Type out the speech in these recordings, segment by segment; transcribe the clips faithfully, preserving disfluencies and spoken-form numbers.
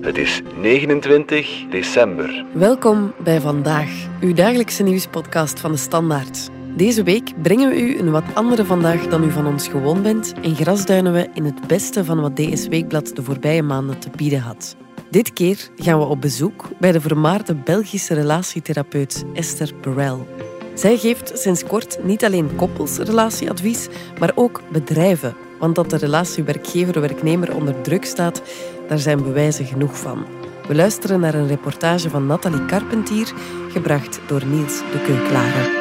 Het is negenentwintig december. Welkom bij Vandaag, uw dagelijkse nieuwspodcast van de Standaard. Deze week brengen we u een wat andere Vandaag dan u van ons gewoon bent en grasduinen we in het beste van wat D S Weekblad de voorbije maanden te bieden had. Dit keer gaan we op bezoek bij de vermaarde Belgische relatietherapeut Esther Perel. Zij geeft sinds kort niet alleen koppels relatieadvies, maar ook bedrijven. Want dat de relatie werkgever-werknemer onder druk staat, daar zijn bewijzen genoeg van. We luisteren naar een reportage van Nathalie Carpentier, gebracht door Niels de Keuklare.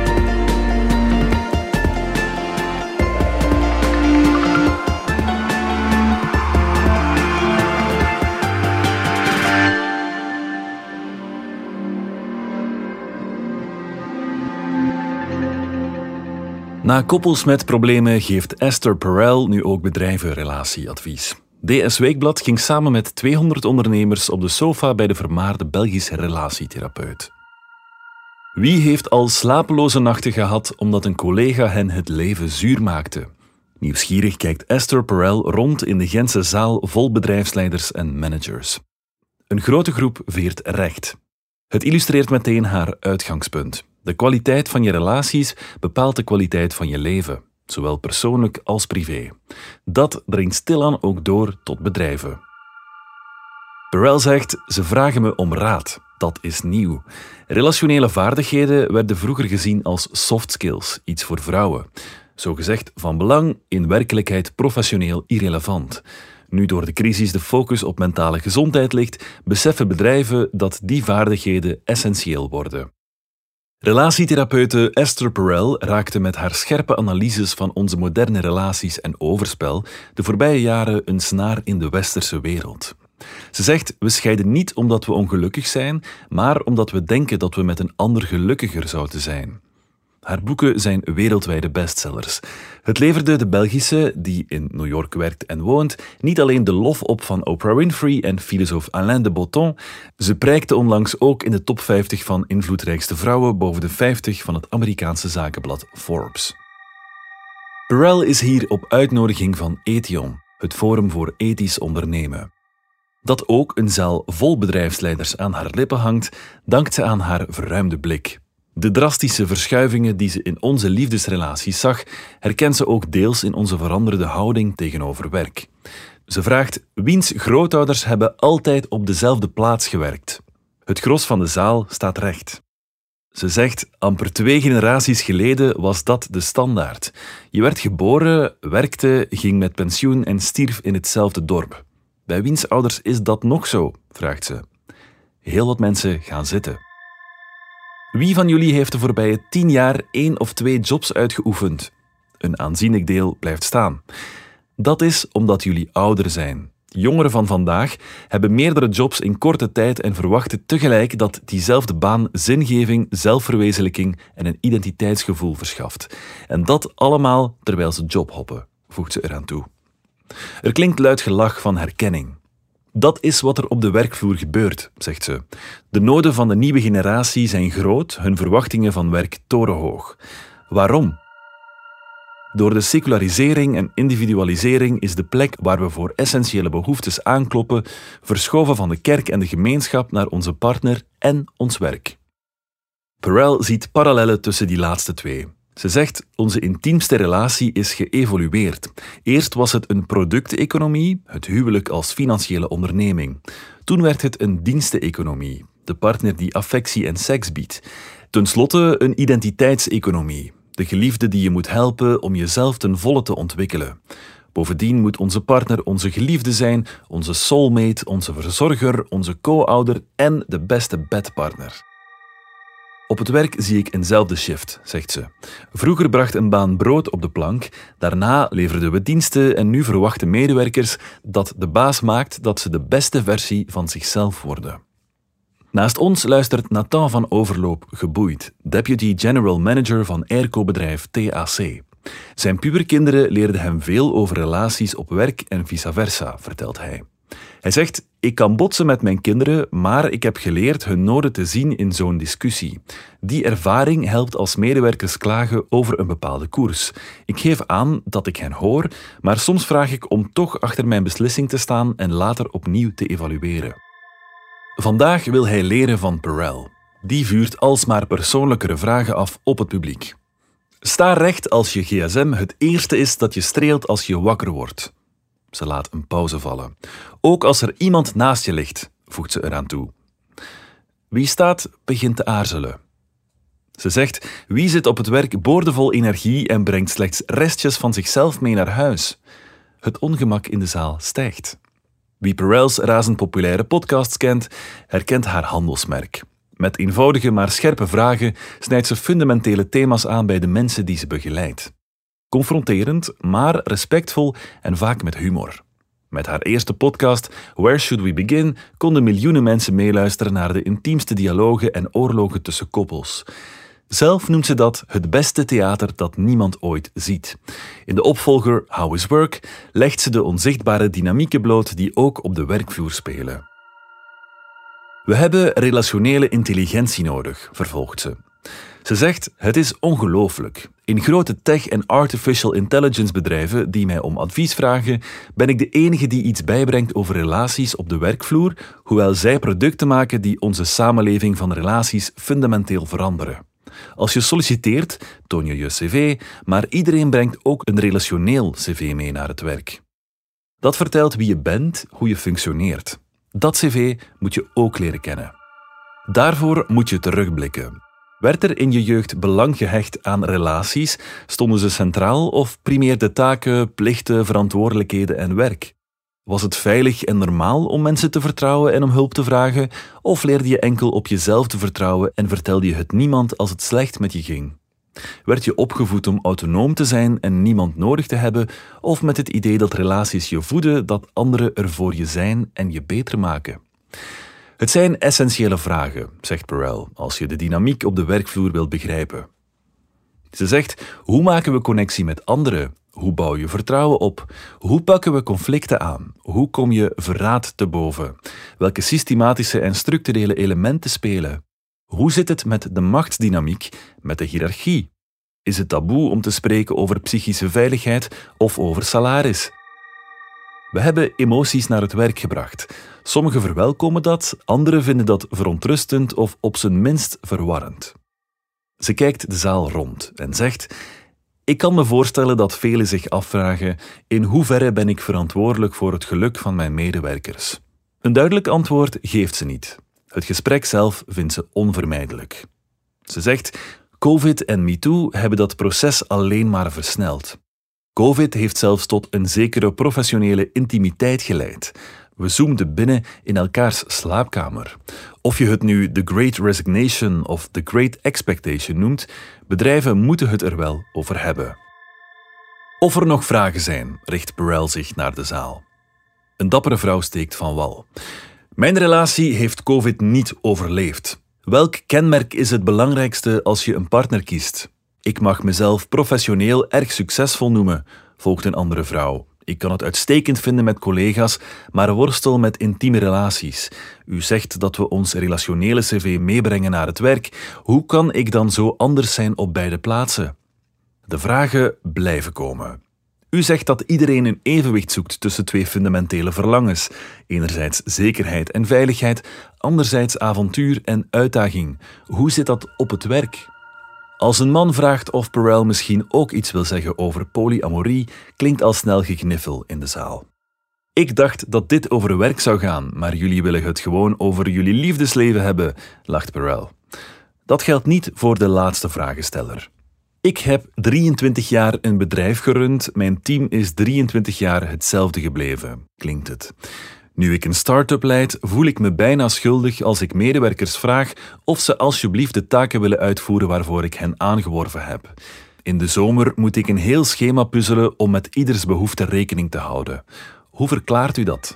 Na koppels met problemen geeft Esther Perel nu ook bedrijven relatieadvies. D S Weekblad ging samen met tweehonderd ondernemers op de sofa bij de vermaarde Belgische relatietherapeut. Wie heeft al slapeloze nachten gehad omdat een collega hen het leven zuur maakte? Nieuwsgierig kijkt Esther Perel rond in de Gentse zaal vol bedrijfsleiders en managers. Een grote groep veert recht. Het illustreert meteen haar uitgangspunt. De kwaliteit van je relaties bepaalt de kwaliteit van je leven, zowel persoonlijk als privé. Dat dringt stilaan ook door tot bedrijven. Perel zegt, ze vragen me om raad. Dat is nieuw. Relationele vaardigheden werden vroeger gezien als soft skills, iets voor vrouwen. Zogezegd van belang, in werkelijkheid professioneel irrelevant. Nu door de crisis de focus op mentale gezondheid ligt, beseffen bedrijven dat die vaardigheden essentieel worden. Relatietherapeute Esther Perel raakte met haar scherpe analyses van onze moderne relaties en overspel de voorbije jaren een snaar in de westerse wereld. Ze zegt, we scheiden niet omdat we ongelukkig zijn, maar omdat we denken dat we met een ander gelukkiger zouden zijn. Haar boeken zijn wereldwijde bestsellers. Het leverde de Belgische, die in New York werkt en woont, niet alleen de lof op van Oprah Winfrey en filosoof Alain de Botton, ze prijkte onlangs ook in de top vijftig van invloedrijkste vrouwen boven de vijftig van het Amerikaanse zakenblad Forbes. Perel is hier op uitnodiging van Ethion, het Forum voor Ethisch Ondernemen. Dat ook een zaal vol bedrijfsleiders aan haar lippen hangt, dankt ze aan haar verruimde blik. De drastische verschuivingen die ze in onze liefdesrelaties zag, herkent ze ook deels in onze veranderde houding tegenover werk. Ze vraagt, wiens grootouders hebben altijd op dezelfde plaats gewerkt? Het gros van de zaal staat recht. Ze zegt, amper twee generaties geleden was dat de standaard. Je werd geboren, werkte, ging met pensioen en stierf in hetzelfde dorp. Bij wiens ouders is dat nog zo? Vraagt ze. Heel wat mensen gaan zitten. Wie van jullie heeft de voorbije tien jaar één of twee jobs uitgeoefend? Een aanzienlijk deel blijft staan. Dat is omdat jullie ouder zijn. Jongeren van vandaag hebben meerdere jobs in korte tijd en verwachten tegelijk dat diezelfde baan zingeving, zelfverwezenlijking en een identiteitsgevoel verschaft. En dat allemaal terwijl ze jobhoppen, voegt ze eraan toe. Er klinkt luid gelach van herkenning. Dat is wat er op de werkvloer gebeurt, zegt ze. De noden van de nieuwe generatie zijn groot, hun verwachtingen van werk torenhoog. Waarom? Door de secularisering en individualisering is de plek waar we voor essentiële behoeftes aankloppen verschoven van de kerk en de gemeenschap naar onze partner en ons werk. Perel ziet parallellen tussen die laatste twee. Ze zegt, onze intiemste relatie is geëvolueerd. Eerst was het een producteconomie, het huwelijk als financiële onderneming. Toen werd het een diensteconomie, de partner die affectie en seks biedt. Ten slotte een identiteitseconomie, de geliefde die je moet helpen om jezelf ten volle te ontwikkelen. Bovendien moet onze partner onze geliefde zijn, onze soulmate, onze verzorger, onze co-ouder en de beste bedpartner. Op het werk zie ik eenzelfde shift, zegt ze. Vroeger bracht een baan brood op de plank, daarna leverden we diensten en nu verwachten medewerkers dat de baas maakt dat ze de beste versie van zichzelf worden. Naast ons luistert Nathan van Overloop Geboeid, Deputy General Manager van airco-bedrijf T A C. Zijn puberkinderen leerden hem veel over relaties op werk en vice versa, vertelt hij. Hij zegt, Ik kan botsen met mijn kinderen, maar ik heb geleerd hun noden te zien in zo'n discussie. Die ervaring helpt als medewerkers klagen over een bepaalde koers. Ik geef aan dat ik hen hoor, maar soms vraag ik om toch achter mijn beslissing te staan en later opnieuw te evalueren. Vandaag wil hij leren van Perel. Die vuurt alsmaar persoonlijkere vragen af op het publiek. Sta recht als je gsm het eerste is dat je streelt als je wakker wordt. Ze laat een pauze vallen. Ook als er iemand naast je ligt, voegt ze eraan toe. Wie staat, begint te aarzelen. Ze zegt, wie zit op het werk boordevol energie en brengt slechts restjes van zichzelf mee naar huis? Het ongemak in de zaal stijgt. Wie Perel's razend populaire podcasts kent, herkent haar handelsmerk. Met eenvoudige maar scherpe vragen snijdt ze fundamentele thema's aan bij de mensen die ze begeleidt. Confronterend, maar respectvol en vaak met humor. Met haar eerste podcast, Where Should We Begin, konden miljoenen mensen meeluisteren naar de intiemste dialogen en oorlogen tussen koppels. Zelf noemt ze dat het beste theater dat niemand ooit ziet. In de opvolger How is Work legt ze de onzichtbare dynamieken bloot die ook op de werkvloer spelen. We hebben relationele intelligentie nodig, vervolgt ze. Ze zegt, het is ongelooflijk. In grote tech- en artificial intelligence bedrijven die mij om advies vragen, ben ik de enige die iets bijbrengt over relaties op de werkvloer, hoewel zij producten maken die onze samenleving van relaties fundamenteel veranderen. Als je solliciteert, toon je je cv, maar iedereen brengt ook een relationeel cv mee naar het werk. Dat vertelt wie je bent, hoe je functioneert. Dat cv moet je ook leren kennen. Daarvoor moet je terugblikken. Werd er in je jeugd belang gehecht aan relaties? Stonden ze centraal of primeerden taken, plichten, verantwoordelijkheden en werk? Was het veilig en normaal om mensen te vertrouwen en om hulp te vragen? Of leerde je enkel op jezelf te vertrouwen en vertelde je het niemand als het slecht met je ging? Werd je opgevoed om autonoom te zijn en niemand nodig te hebben? Of met het idee dat relaties je voeden, dat anderen er voor je zijn en je beter maken? Het zijn essentiële vragen, zegt Perel, als je de dynamiek op de werkvloer wilt begrijpen. Ze zegt, hoe maken we connectie met anderen? Hoe bouw je vertrouwen op? Hoe pakken we conflicten aan? Hoe kom je verraad te boven? Welke systematische en structurele elementen spelen? Hoe zit het met de machtsdynamiek, met de hiërarchie? Is het taboe om te spreken over psychische veiligheid of over salaris? We hebben emoties naar het werk gebracht. Sommigen verwelkomen dat, anderen vinden dat verontrustend of op zijn minst verwarrend. Ze kijkt de zaal rond en zegt: ik kan me voorstellen dat velen zich afvragen in hoeverre ben ik verantwoordelijk voor het geluk van mijn medewerkers. Een duidelijk antwoord geeft ze niet. Het gesprek zelf vindt ze onvermijdelijk. Ze zegt: COVID en MeToo hebben dat proces alleen maar versneld. COVID heeft zelfs tot een zekere professionele intimiteit geleid. We zoomden binnen in elkaars slaapkamer. Of je het nu The Great Resignation of The Great Expectation noemt, bedrijven moeten het er wel over hebben. Of er nog vragen zijn, richt Perel zich naar de zaal. Een dappere vrouw steekt van wal. Mijn relatie heeft COVID niet overleefd. Welk kenmerk is het belangrijkste als je een partner kiest? Ik mag mezelf professioneel erg succesvol noemen, volgt een andere vrouw. Ik kan het uitstekend vinden met collega's, maar worstel met intieme relaties. U zegt dat we ons relationele cv meebrengen naar het werk. Hoe kan ik dan zo anders zijn op beide plaatsen? De vragen blijven komen. U zegt dat iedereen een evenwicht zoekt tussen twee fundamentele verlangens. Enerzijds zekerheid en veiligheid, anderzijds avontuur en uitdaging. Hoe zit dat op het werk? Als een man vraagt of Perel misschien ook iets wil zeggen over polyamorie, klinkt al snel gegniffel in de zaal. Ik dacht dat dit over werk zou gaan, maar jullie willen het gewoon over jullie liefdesleven hebben, lacht Perel. Dat geldt niet voor de laatste vragensteller. Ik heb drieëntwintig jaar een bedrijf gerund, mijn team is drieëntwintig jaar hetzelfde gebleven, klinkt het. Nu ik een start-up leid, voel ik me bijna schuldig als ik medewerkers vraag of ze alsjeblieft de taken willen uitvoeren waarvoor ik hen aangeworven heb. In de zomer moet ik een heel schema puzzelen om met ieders behoefte rekening te houden. Hoe verklaart u dat?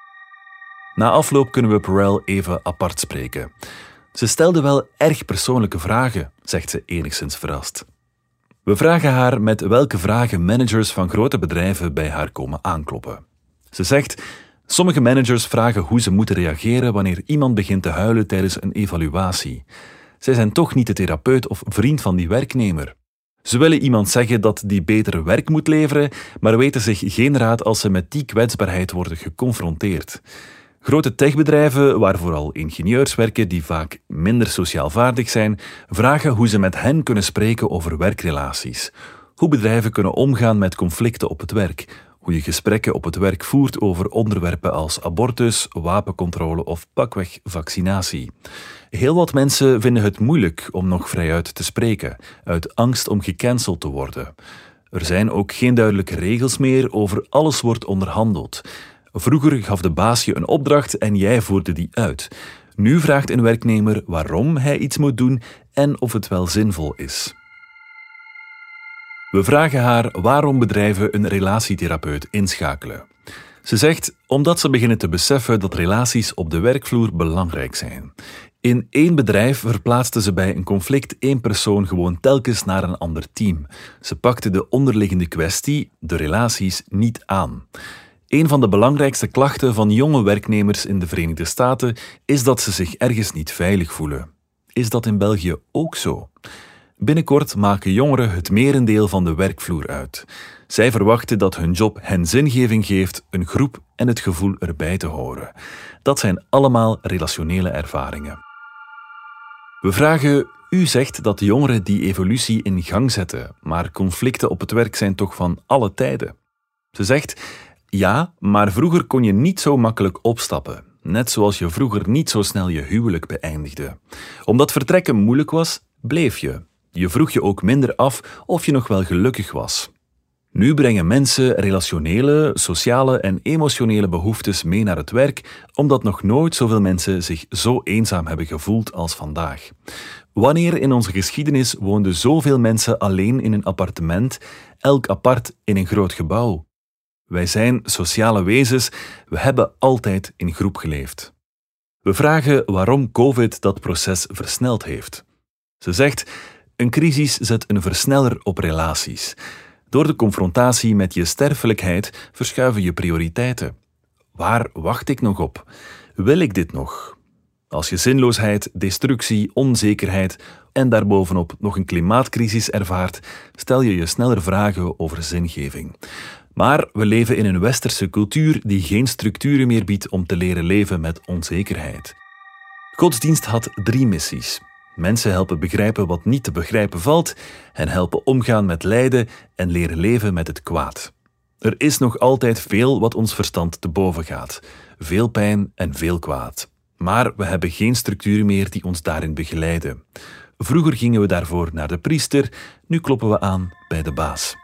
Na afloop kunnen we Perel even apart spreken. Ze stelde wel erg persoonlijke vragen, zegt ze enigszins verrast. We vragen haar met welke vragen managers van grote bedrijven bij haar komen aankloppen. Ze zegt: Sommige managers vragen hoe ze moeten reageren wanneer iemand begint te huilen tijdens een evaluatie. Zij zijn toch niet de therapeut of vriend van die werknemer. Ze willen iemand zeggen dat die beter werk moet leveren, maar weten zich geen raad als ze met die kwetsbaarheid worden geconfronteerd. Grote techbedrijven, waar vooral ingenieurs werken die vaak minder sociaal vaardig zijn, vragen hoe ze met hen kunnen spreken over werkrelaties. Hoe bedrijven kunnen omgaan met conflicten op het werk. Hoe je gesprekken op het werk voert over onderwerpen als abortus, wapencontrole of pakweg vaccinatie. Heel wat mensen vinden het moeilijk om nog vrijuit te spreken, uit angst om gecanceld te worden. Er zijn ook geen duidelijke regels meer, over alles wordt onderhandeld. Vroeger gaf de baas je een opdracht en jij voerde die uit. Nu vraagt een werknemer waarom hij iets moet doen en of het wel zinvol is. We vragen haar waarom bedrijven een relatietherapeut inschakelen. Ze zegt omdat ze beginnen te beseffen dat relaties op de werkvloer belangrijk zijn. In één bedrijf verplaatste ze bij een conflict één persoon gewoon telkens naar een ander team. Ze pakte de onderliggende kwestie, de relaties, niet aan. Een van de belangrijkste klachten van jonge werknemers in de Verenigde Staten is dat ze zich ergens niet veilig voelen. Is dat in België ook zo? Binnenkort maken jongeren het merendeel van de werkvloer uit. Zij verwachten dat hun job hen zingeving geeft, een groep en het gevoel erbij te horen. Dat zijn allemaal relationele ervaringen. We vragen, u zegt dat jongeren die evolutie in gang zetten, maar conflicten op het werk zijn toch van alle tijden. Ze zegt, ja, maar vroeger kon je niet zo makkelijk opstappen. Net zoals je vroeger niet zo snel je huwelijk beëindigde. Omdat vertrekken moeilijk was, bleef je. Je vroeg je ook minder af of je nog wel gelukkig was. Nu brengen mensen relationele, sociale en emotionele behoeftes mee naar het werk, omdat nog nooit zoveel mensen zich zo eenzaam hebben gevoeld als vandaag. Wanneer in onze geschiedenis woonden zoveel mensen alleen in een appartement, elk apart in een groot gebouw? Wij zijn sociale wezens, we hebben altijd in groep geleefd. We vragen waarom COVID dat proces versneld heeft. Ze zegt, een crisis zet een versneller op relaties. Door de confrontatie met je sterfelijkheid verschuiven je prioriteiten. Waar wacht ik nog op? Wil ik dit nog? Als je zinloosheid, destructie, onzekerheid en daarbovenop nog een klimaatcrisis ervaart, stel je je sneller vragen over zingeving. Maar we leven in een westerse cultuur die geen structuren meer biedt om te leren leven met onzekerheid. Godsdienst had drie missies. Mensen helpen begrijpen wat niet te begrijpen valt, hen helpen omgaan met lijden en leren leven met het kwaad. Er is nog altijd veel wat ons verstand te boven gaat. Veel pijn en veel kwaad. Maar we hebben geen structuren meer die ons daarin begeleiden. Vroeger gingen we daarvoor naar de priester, nu kloppen we aan bij de baas.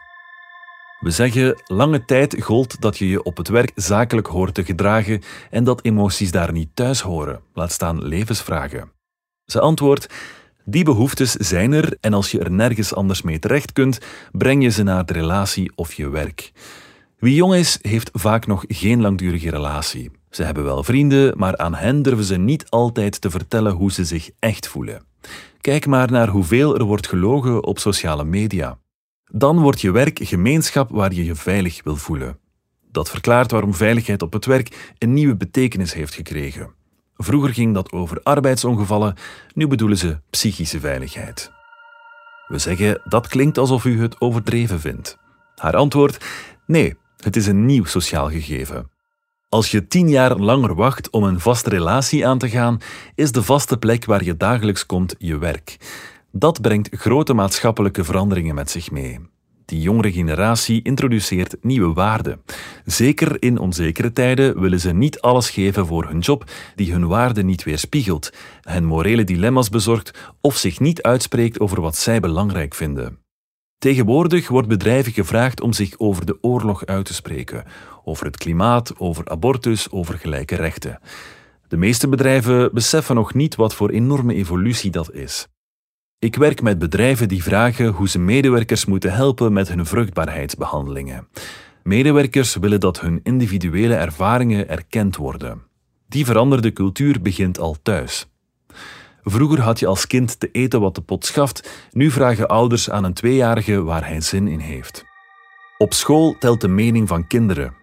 We zeggen, lange tijd gold dat je je op het werk zakelijk hoort te gedragen en dat emoties daar niet thuis horen, laat staan levensvragen. Ze antwoordt, die behoeftes zijn er en als je er nergens anders mee terecht kunt, breng je ze naar de relatie of je werk. Wie jong is, heeft vaak nog geen langdurige relatie. Ze hebben wel vrienden, maar aan hen durven ze niet altijd te vertellen hoe ze zich echt voelen. Kijk maar naar hoeveel er wordt gelogen op sociale media. Dan wordt je werk gemeenschap waar je je veilig wil voelen. Dat verklaart waarom veiligheid op het werk een nieuwe betekenis heeft gekregen. Vroeger ging dat over arbeidsongevallen, nu bedoelen ze psychische veiligheid. We zeggen, dat klinkt alsof u het overdreven vindt. Haar antwoord, nee, het is een nieuw sociaal gegeven. Als je tien jaar langer wacht om een vaste relatie aan te gaan, is de vaste plek waar je dagelijks komt je werk. Dat brengt grote maatschappelijke veranderingen met zich mee. Die jongere generatie introduceert nieuwe waarden. Zeker in onzekere tijden willen ze niet alles geven voor hun job die hun waarden niet weerspiegelt, hen morele dilemma's bezorgt of zich niet uitspreekt over wat zij belangrijk vinden. Tegenwoordig wordt bedrijven gevraagd om zich over de oorlog uit te spreken, over het klimaat, over abortus, over gelijke rechten. De meeste bedrijven beseffen nog niet wat voor enorme evolutie dat is. Ik werk met bedrijven die vragen hoe ze medewerkers moeten helpen met hun vruchtbaarheidsbehandelingen. Medewerkers willen dat hun individuele ervaringen erkend worden. Die veranderde cultuur begint al thuis. Vroeger had je als kind te eten wat de pot schaft, nu vragen ouders aan een tweejarige waar hij zin in heeft. Op school telt de mening van kinderen.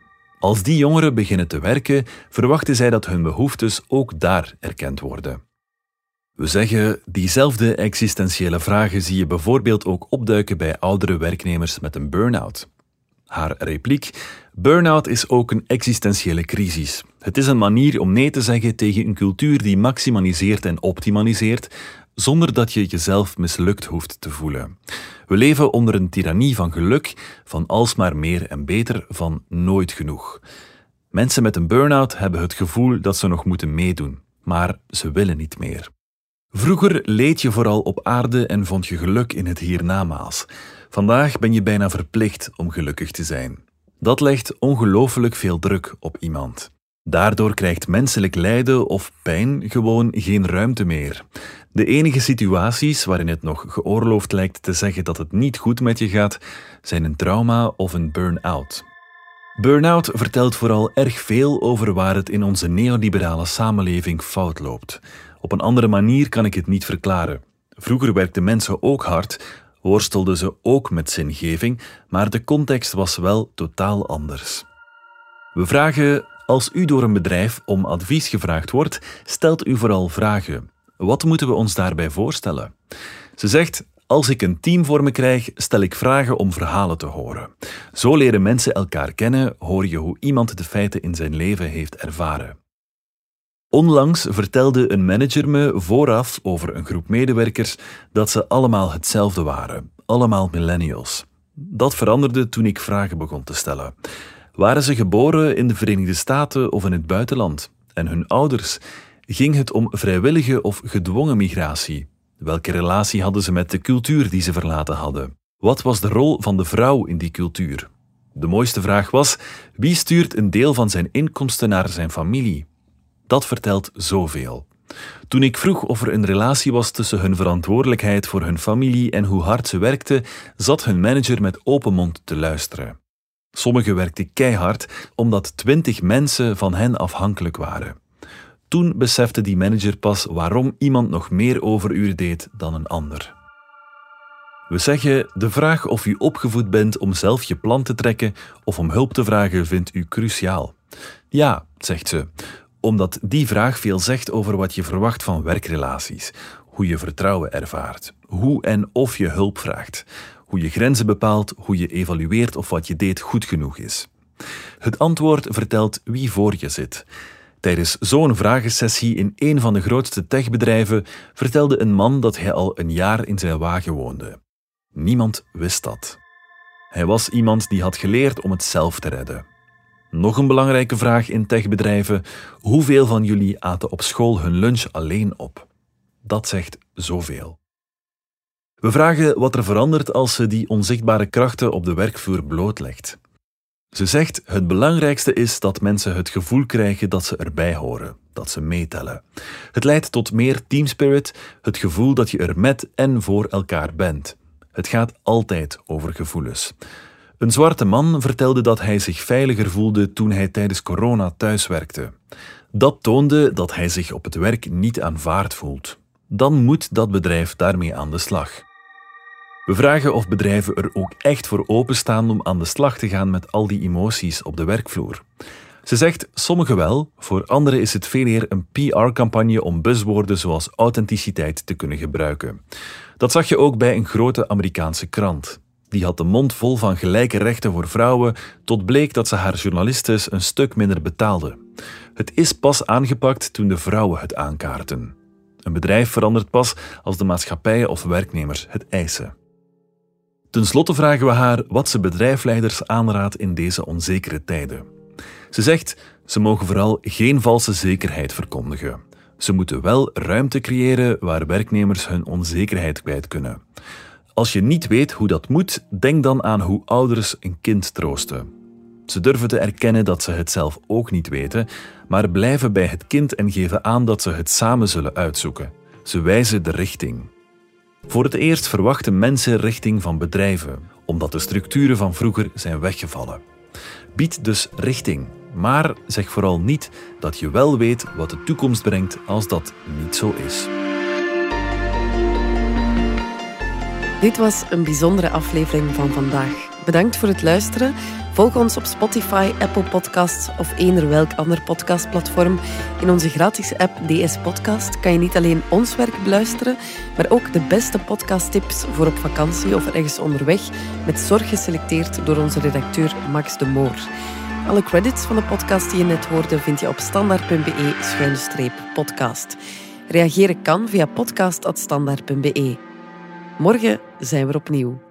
Als die jongeren beginnen te werken, verwachten zij dat hun behoeftes ook daar erkend worden. We zeggen, diezelfde existentiële vragen zie je bijvoorbeeld ook opduiken bij oudere werknemers met een burn-out. Haar repliek: burn-out is ook een existentiële crisis. Het is een manier om nee te zeggen tegen een cultuur die maximaliseert en optimaliseert, zonder dat je jezelf mislukt hoeft te voelen. We leven onder een tirannie van geluk, van alsmaar meer en beter, van nooit genoeg. Mensen met een burn-out hebben het gevoel dat ze nog moeten meedoen, maar ze willen niet meer. Vroeger leed je vooral op aarde en vond je geluk in het hiernamaals. Vandaag ben je bijna verplicht om gelukkig te zijn. Dat legt ongelooflijk veel druk op iemand. Daardoor krijgt menselijk lijden of pijn gewoon geen ruimte meer. De enige situaties waarin het nog geoorloofd lijkt te zeggen dat het niet goed met je gaat, zijn een trauma of een burn-out. Burn-out vertelt vooral erg veel over waar het in onze neoliberale samenleving fout loopt. Op een andere manier kan ik het niet verklaren. Vroeger werkten mensen ook hard, worstelden ze ook met zingeving, maar de context was wel totaal anders. We vragen, als u door een bedrijf om advies gevraagd wordt, stelt u vooral vragen. Wat moeten we ons daarbij voorstellen? Ze zegt, als ik een team voor me krijg, stel ik vragen om verhalen te horen. Zo leren mensen elkaar kennen, hoor je hoe iemand de feiten in zijn leven heeft ervaren. Onlangs vertelde een manager me vooraf over een groep medewerkers dat ze allemaal hetzelfde waren, allemaal millennials. Dat veranderde toen ik vragen begon te stellen. Waren ze geboren in de Verenigde Staten of in het buitenland? En hun ouders? Ging het om vrijwillige of gedwongen migratie? Welke relatie hadden ze met de cultuur die ze verlaten hadden? Wat was de rol van de vrouw in die cultuur? De mooiste vraag was, wie stuurt een deel van zijn inkomsten naar zijn familie? Dat vertelt zoveel. Toen ik vroeg of er een relatie was tussen hun verantwoordelijkheid voor hun familie en hoe hard ze werkten, zat hun manager met open mond te luisteren. Sommigen werkten keihard omdat twintig mensen van hen afhankelijk waren. Toen besefte die manager pas waarom iemand nog meer overuren deed dan een ander. We zeggen, de vraag of u opgevoed bent om zelf je plan te trekken of om hulp te vragen vindt u cruciaal. Ja, zegt ze, omdat die vraag veel zegt over wat je verwacht van werkrelaties, hoe je vertrouwen ervaart, hoe en of je hulp vraagt, hoe je grenzen bepaalt, hoe je evalueert of wat je deed goed genoeg is. Het antwoord vertelt wie voor je zit. Tijdens zo'n vragensessie in een van de grootste techbedrijven vertelde een man dat hij al een jaar in zijn wagen woonde. Niemand wist dat. Hij was iemand die had geleerd om het zelf te redden. Nog een belangrijke vraag in techbedrijven: hoeveel van jullie aten op school hun lunch alleen op? Dat zegt zoveel. We vragen wat er verandert als ze die onzichtbare krachten op de werkvloer blootlegt. Ze zegt, het belangrijkste is dat mensen het gevoel krijgen dat ze erbij horen, dat ze meetellen. Het leidt tot meer teamspirit, het gevoel dat je er met en voor elkaar bent. Het gaat altijd over gevoelens. Een zwarte man vertelde dat hij zich veiliger voelde toen hij tijdens corona thuis werkte. Dat toonde dat hij zich op het werk niet aanvaard voelt. Dan moet dat bedrijf daarmee aan de slag. We vragen of bedrijven er ook echt voor openstaan om aan de slag te gaan met al die emoties op de werkvloer. Ze zegt, sommigen wel, voor anderen is het veel eer een P R-campagne om buzzwoorden zoals authenticiteit te kunnen gebruiken. Dat zag je ook bij een grote Amerikaanse krant. Die had de mond vol van gelijke rechten voor vrouwen, tot bleek dat ze haar journalistes een stuk minder betaalde. Het is pas aangepakt toen de vrouwen het aankaarten. Een bedrijf verandert pas als de maatschappijen of werknemers het eisen. Ten slotte vragen we haar wat ze bedrijfsleiders aanraadt in deze onzekere tijden. Ze zegt, ze mogen vooral geen valse zekerheid verkondigen. Ze moeten wel ruimte creëren waar werknemers hun onzekerheid kwijt kunnen. Als je niet weet hoe dat moet, denk dan aan hoe ouders een kind troosten. Ze durven te erkennen dat ze het zelf ook niet weten, maar blijven bij het kind en geven aan dat ze het samen zullen uitzoeken. Ze wijzen de richting. Voor het eerst verwachten mensen richting van bedrijven, omdat de structuren van vroeger zijn weggevallen. Bied dus richting, maar zeg vooral niet dat je wel weet wat de toekomst brengt als dat niet zo is. Dit was een bijzondere aflevering van vandaag. Bedankt voor het luisteren. Volg ons op Spotify, Apple Podcasts of eender welk ander podcastplatform. In onze gratis app D S Podcast kan je niet alleen ons werk beluisteren, maar ook de beste podcasttips voor op vakantie of ergens onderweg, met zorg geselecteerd door onze redacteur Max de Moor. Alle credits van de podcast die je net hoorde vind je op standaard.be schuine streep podcast. Reageren kan via podcast apenstaartje standaard punt be. Morgen zijn we er opnieuw.